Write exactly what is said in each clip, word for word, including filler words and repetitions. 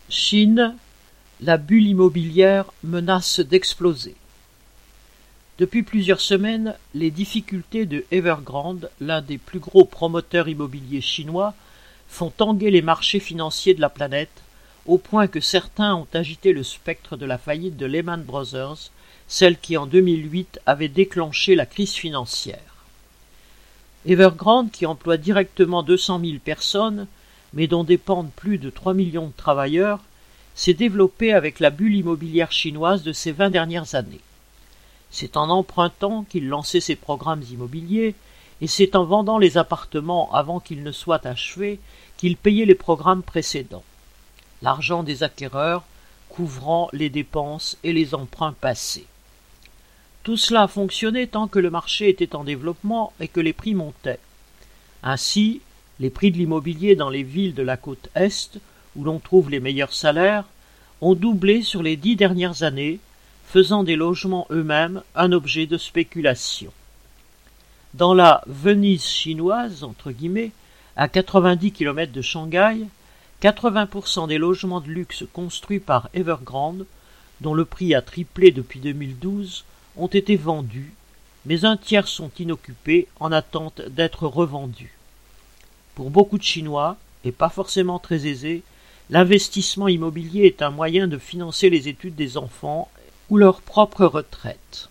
Chine, la bulle immobilière menace d'exploser. Depuis plusieurs semaines, les difficultés de Evergrande, l'un des plus gros promoteurs immobiliers chinois, font tanguer les marchés financiers de la planète, au point que certains ont agité le spectre de la faillite de Lehman Brothers, celle qui en deux mille huit avait déclenché la crise financière. Evergrande, qui emploie directement deux cent mille personnes, mais dont dépendent plus de trois millions de travailleurs, s'est développé avec la bulle immobilière chinoise de ces vingt dernières années. C'est en empruntant qu'il lançait ses programmes immobiliers, et c'est en vendant les appartements avant qu'ils ne soient achevés qu'il payait les programmes précédents. L'argent des acquéreurs couvrant les dépenses et les emprunts passés. Tout cela fonctionnait tant que le marché était en développement et que les prix montaient. Ainsi, les prix de l'immobilier dans les villes de la côte Est, où l'on trouve les meilleurs salaires, ont doublé sur les dix dernières années, faisant des logements eux-mêmes un objet de spéculation. Dans la Venise chinoise, entre guillemets, à quatre-vingt-dix kilomètres de Shanghai, quatre-vingts pour cent des logements de luxe construits par Evergrande, dont le prix a triplé depuis deux mille douze, ont été vendus, mais un tiers sont inoccupés en attente d'être revendus. Pour beaucoup de Chinois, et pas forcément très aisés, l'investissement immobilier est un moyen de financer les études des enfants ou leur propre retraite.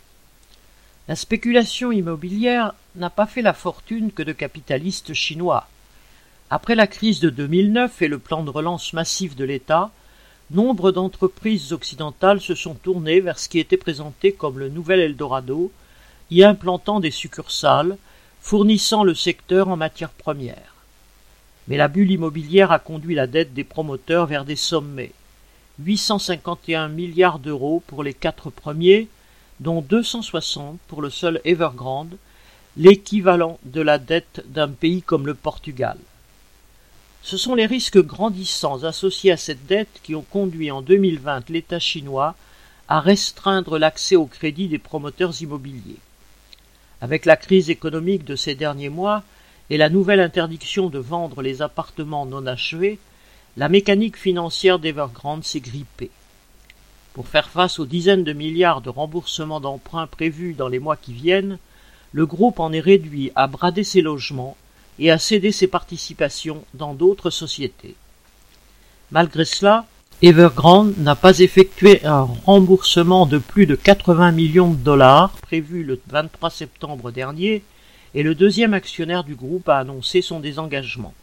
La spéculation immobilière n'a pas fait la fortune que de capitalistes chinois. Après la crise de deux mille neuf et le plan de relance massif de l'État, nombre d'entreprises occidentales se sont tournées vers ce qui était présenté comme le nouvel Eldorado, y implantant des succursales, fournissant le secteur en matières premières. Mais la bulle immobilière a conduit la dette des promoteurs vers des sommets. huit cent cinquante et un milliards d'euros pour les quatre premiers, dont deux cent soixante pour le seul Evergrande, l'équivalent de la dette d'un pays comme le Portugal. Ce sont les risques grandissants associés à cette dette qui ont conduit en deux mille vingt l'État chinois à restreindre l'accès au crédit des promoteurs immobiliers. Avec la crise économique de ces derniers mois et la nouvelle interdiction de vendre les appartements non achevés, la mécanique financière d'Evergrande s'est grippée. Pour faire face aux dizaines de milliards de remboursements d'emprunts prévus dans les mois qui viennent, le groupe en est réduit à brader ses logements et à céder ses participations dans d'autres sociétés. Malgré cela, Evergrande n'a pas effectué un remboursement de plus de quatre-vingts millions de dollars prévu le vingt-trois septembre dernier, et le deuxième actionnaire du groupe a annoncé son désengagement.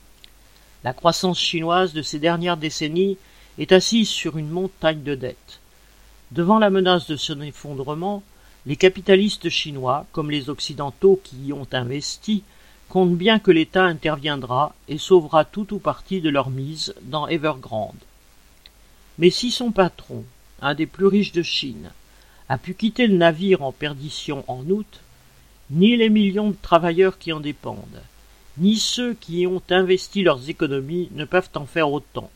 La croissance chinoise de ces dernières décennies est assise sur une montagne de dettes. Devant la menace de son effondrement, les capitalistes chinois, comme les occidentaux qui y ont investi, comptent bien que l'État interviendra et sauvera tout ou partie de leur mise dans Evergrande. Mais si son patron, un des plus riches de Chine, a pu quitter le navire en perdition en août, ni les millions de travailleurs qui en dépendent, ni ceux qui y ont investi leurs économies ne peuvent en faire autant.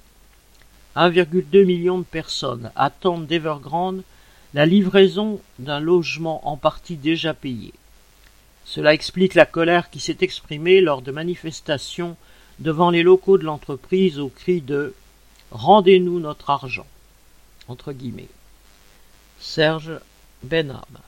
un virgule deux million de personnes attendent d'Evergrande la livraison d'un logement en partie déjà payé. Cela explique la colère qui s'est exprimée lors de manifestations devant les locaux de l'entreprise au cri de « Rendez-nous notre argent » entre guillemets. Serge Benham.